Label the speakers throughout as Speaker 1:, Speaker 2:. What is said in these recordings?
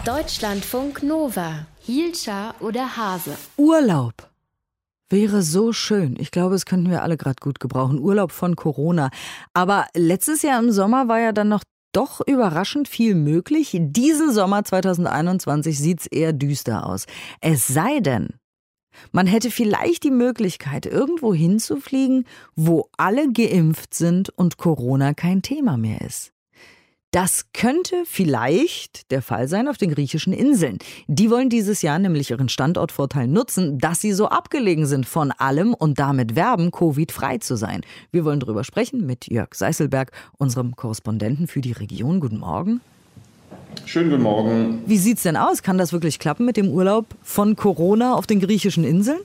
Speaker 1: Deutschlandfunk Nova. Hielscher oder Hase?
Speaker 2: Urlaub wäre so schön. Ich glaube, es könnten wir alle gerade gut gebrauchen. Urlaub von Corona. Aber letztes Jahr im Sommer war ja dann noch doch überraschend viel möglich. Diesen Sommer 2021 sieht es eher düster aus. Es sei denn, man hätte vielleicht die Möglichkeit, irgendwo hinzufliegen, wo alle geimpft sind und Corona kein Thema mehr ist. Das könnte vielleicht der Fall sein auf den griechischen Inseln. Die wollen dieses Jahr nämlich ihren Standortvorteil nutzen, dass sie so abgelegen sind von allem und damit werben, Covid-frei zu sein. Wir wollen darüber sprechen mit Jörg Seißelberg, unserem Korrespondenten für die Region. Guten Morgen.
Speaker 3: Schönen guten Morgen.
Speaker 2: Wie sieht's denn aus? Kann das wirklich klappen mit dem Urlaub von Corona auf den griechischen Inseln?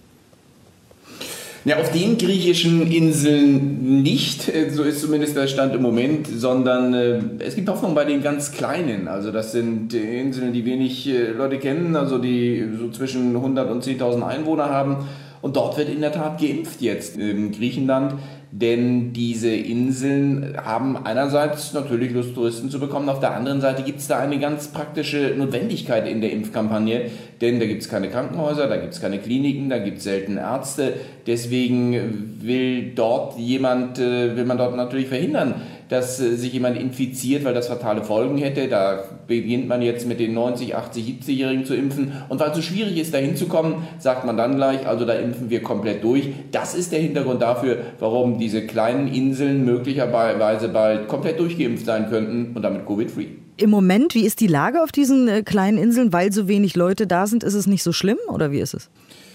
Speaker 3: Ja, auf den griechischen Inseln nicht, so ist zumindest der Stand im Moment, sondern es gibt Hoffnung bei den ganz Kleinen. Also das sind Inseln, die wenig Leute kennen, also die so zwischen 100 und 10.000 Einwohner haben. Und dort wird in der Tat geimpft jetzt in Griechenland, denn diese Inseln haben einerseits natürlich Lust, Touristen zu bekommen, auf der anderen Seite gibt es da eine ganz praktische Notwendigkeit in der Impfkampagne, denn da gibt es keine Krankenhäuser, da gibt es keine Kliniken, da gibt es selten Ärzte, deswegen will man dort natürlich verhindern, dass sich jemand infiziert, weil das fatale Folgen hätte. Da beginnt man jetzt mit den 90, 80, 70-Jährigen zu impfen. Und weil es so schwierig ist, da hinzukommen, sagt man dann gleich, also da impfen wir komplett durch. Das ist der Hintergrund dafür, warum diese kleinen Inseln möglicherweise bald komplett durchgeimpft sein könnten und damit Covid-free.
Speaker 2: Im Moment, wie ist die Lage auf diesen kleinen Inseln? Weil so wenig Leute da sind, ist es nicht so schlimm oder wie ist es?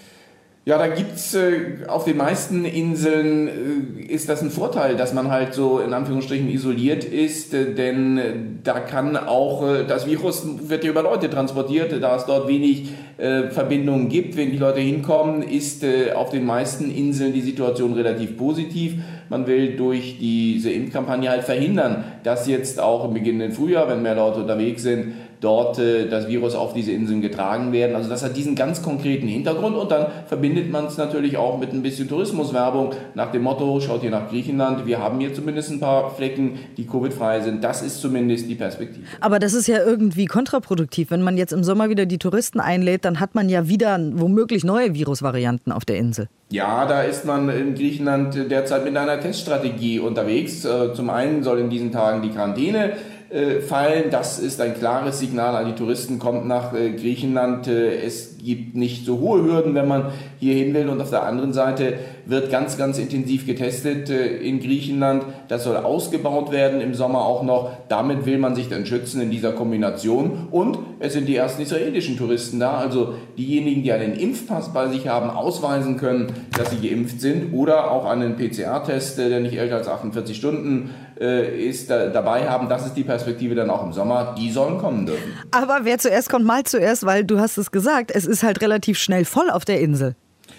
Speaker 3: Ja, da gibt's auf den meisten Inseln ist das ein Vorteil, dass man halt so in Anführungsstrichen isoliert ist, denn da kann auch das Virus wird ja über Leute transportiert, da es dort wenig Verbindungen gibt, wenn die Leute hinkommen, ist auf den meisten Inseln die Situation relativ positiv. Man will durch diese Impfkampagne halt verhindern, dass jetzt auch im beginnenden Frühjahr, wenn mehr Leute unterwegs sind, dort das Virus auf diese Inseln getragen werden. Also das hat diesen ganz konkreten Hintergrund und dann verbindet man es natürlich auch mit ein bisschen Tourismuswerbung nach dem Motto, schaut hier nach Griechenland, wir haben hier zumindest ein paar Flecken, die Covid-frei sind. Das ist zumindest die Perspektive.
Speaker 2: Aber das ist ja irgendwie kontraproduktiv. Wenn man jetzt im Sommer wieder die Touristen einlädt, dann hat man ja wieder womöglich neue Virusvarianten auf der Insel.
Speaker 3: Ja, da ist man in Griechenland derzeit mit einer Teststrategie unterwegs. Zum einen soll in diesen Tagen die Quarantäne fallen. Das ist ein klares Signal an die Touristen, kommt nach Griechenland. Es gibt nicht so hohe Hürden, wenn man hier hin will. Und auf der anderen Seite wird ganz, ganz intensiv getestet in Griechenland. Das soll ausgebaut werden im Sommer auch noch. Damit will man sich dann schützen in dieser Kombination. Und es sind die ersten israelischen Touristen da. Also diejenigen, die einen Impfpass bei sich haben, ausweisen können, dass sie geimpft sind. Oder auch einen PCR-Test, der nicht älter als 48 Stunden ist, dabei haben. Das ist die Perspektive dann auch im Sommer. Die sollen kommen dürfen.
Speaker 2: Aber wer zuerst kommt, mal zuerst, weil du hast es gesagt, es ist halt relativ schnell voll auf der Insel.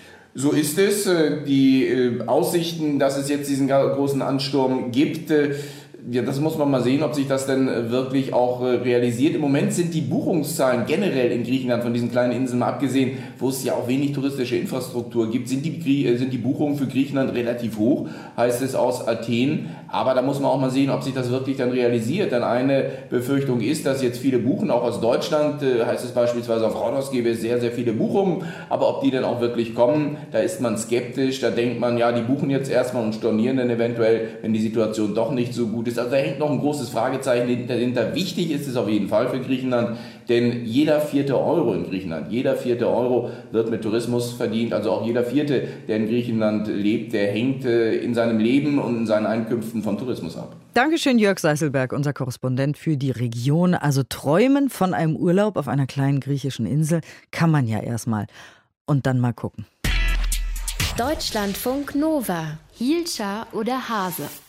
Speaker 3: So ist es. Die Aussichten, dass es jetzt diesen großen Ansturm gibt, ja, das muss man mal sehen, ob sich das denn wirklich auch realisiert. Im Moment sind die Buchungszahlen generell in Griechenland, von diesen kleinen Inseln mal abgesehen, wo es ja auch wenig touristische Infrastruktur gibt, sind die Buchungen für Griechenland relativ hoch, heißt es aus Athen. Aber da muss man auch mal sehen, ob sich das wirklich dann realisiert. Denn eine Befürchtung ist, dass jetzt viele buchen, auch aus Deutschland, heißt es beispielsweise auf Rhodos gäbe es sehr, sehr viele Buchungen. Aber ob die dann auch wirklich kommen, da ist man skeptisch. Da denkt man, ja, die buchen jetzt erstmal und stornieren dann eventuell, wenn die Situation doch nicht so gut ist. Also da hängt noch ein großes Fragezeichen dahinter. Wichtig ist es auf jeden Fall für Griechenland, denn jeder 4. Euro in Griechenland, jeder 4. Euro wird mit Tourismus verdient. Also auch jeder 4., der in Griechenland lebt, der hängt in seinem Leben und in seinen Einkünften vom Tourismus ab.
Speaker 2: Dankeschön, Jörg Seißelberg, unser Korrespondent für die Region. Also träumen von einem Urlaub auf einer kleinen griechischen Insel kann man ja erstmal. Und dann mal gucken.
Speaker 1: Deutschlandfunk Nova. Hielscher oder Hase?